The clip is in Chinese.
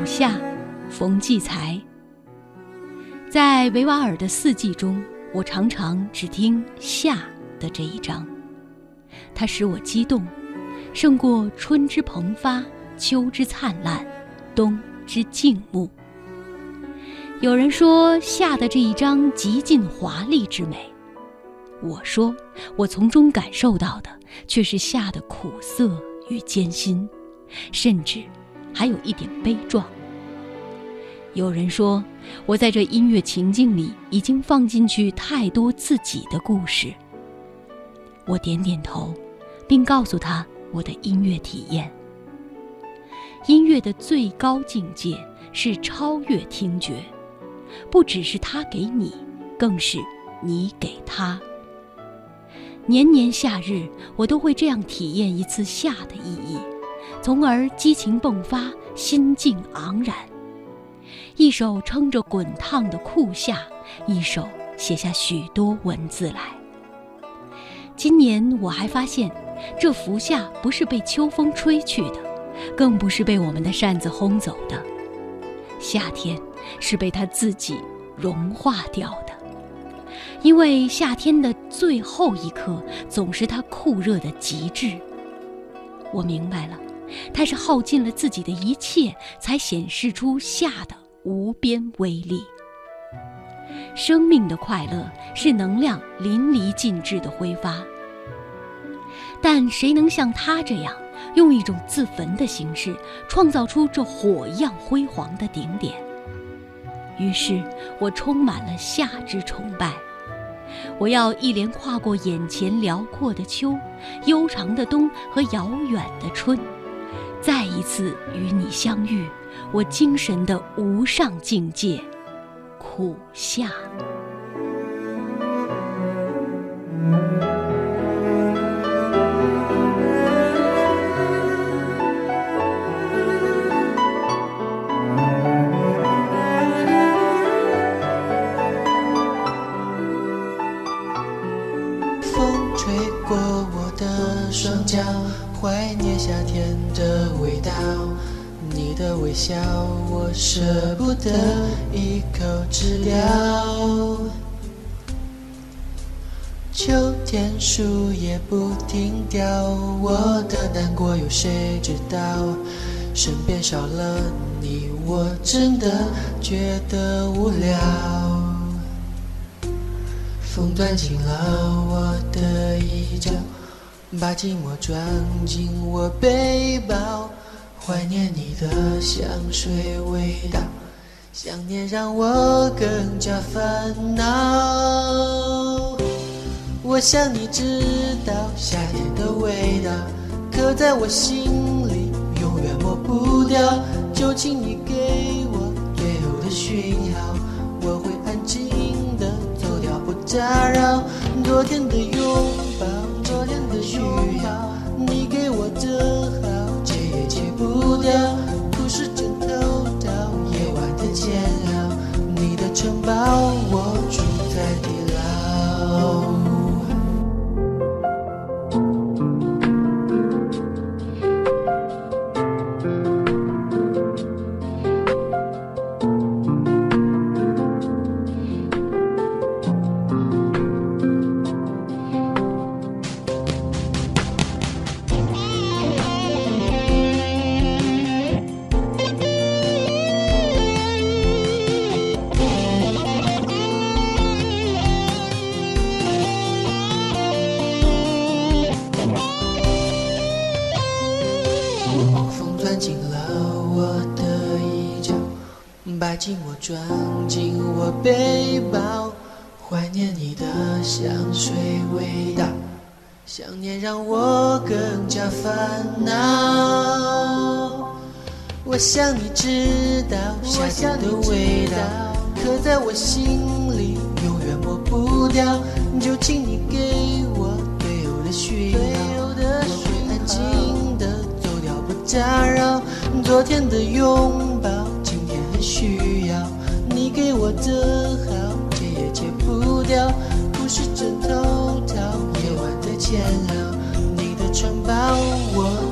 夏，冯骥才。在维瓦尔的四季中，我常常只听夏的这一章，它使我激动，胜过春之蓬发，秋之灿烂，冬之静穆。有人说夏的这一章极尽华丽之美，我说我从中感受到的却是夏的苦涩与艰辛，甚至还有一点悲壮。有人说我在这音乐情境里已经放进去太多自己的故事。我点点头，并告诉他我的音乐体验。音乐的最高境界是超越听觉，不只是他给你，更是你给他。年年夏日，我都会这样体验一次夏的意义，从而激情迸发，心境昂然。一手撑着滚烫的酷夏，一手写下许多文字来。今年我还发现，这伏夏不是被秋风吹去的，更不是被我们的扇子轰走的，夏天是被它自己融化掉的。因为夏天的最后一刻总是它酷热的极致。我明白了，它是耗尽了自己的一切，才显示出夏的无边威力。生命的快乐是能量淋漓尽致的挥发，但谁能像他这样用一种自焚的形式创造出这火一样辉煌的顶点？于是我充满了夏之崇拜。我要一连跨过眼前辽阔的秋、悠长的冬和遥远的春，再一次与你相遇，我精神的无上境界，苦夏。 风吹过我的双脚，怀念夏天的味道，你的微笑我舍不得一口吃掉。秋天树叶不停掉，我的难过有谁知道？身边少了你，我真的觉得无聊。风端起了我的衣角，把寂寞装进我背包，怀念你的香水味道，想念让我更加烦恼。我想你知道夏天的味道，刻在我心里永远抹不掉，就请你给我最后的讯号，我会安静的走掉，不打扰。昨天的拥抱，昨天的需要，你给我的好，戒也戒不掉，故事枕头到夜晚的煎熬，你的城堡我住在地牢。风钻进了我的衣角，把寂寞装进我背包，怀念你的香水味道，想念让我更加烦恼。我想你知道夏天的味道，刻在我心里永远抹不掉，就请你给我最后的讯号，我会安静的走掉，不打扰。昨天的拥抱，今天很需要，你给我的好，戒也戒不掉，不是枕头套，夜晚的煎熬，你的城堡我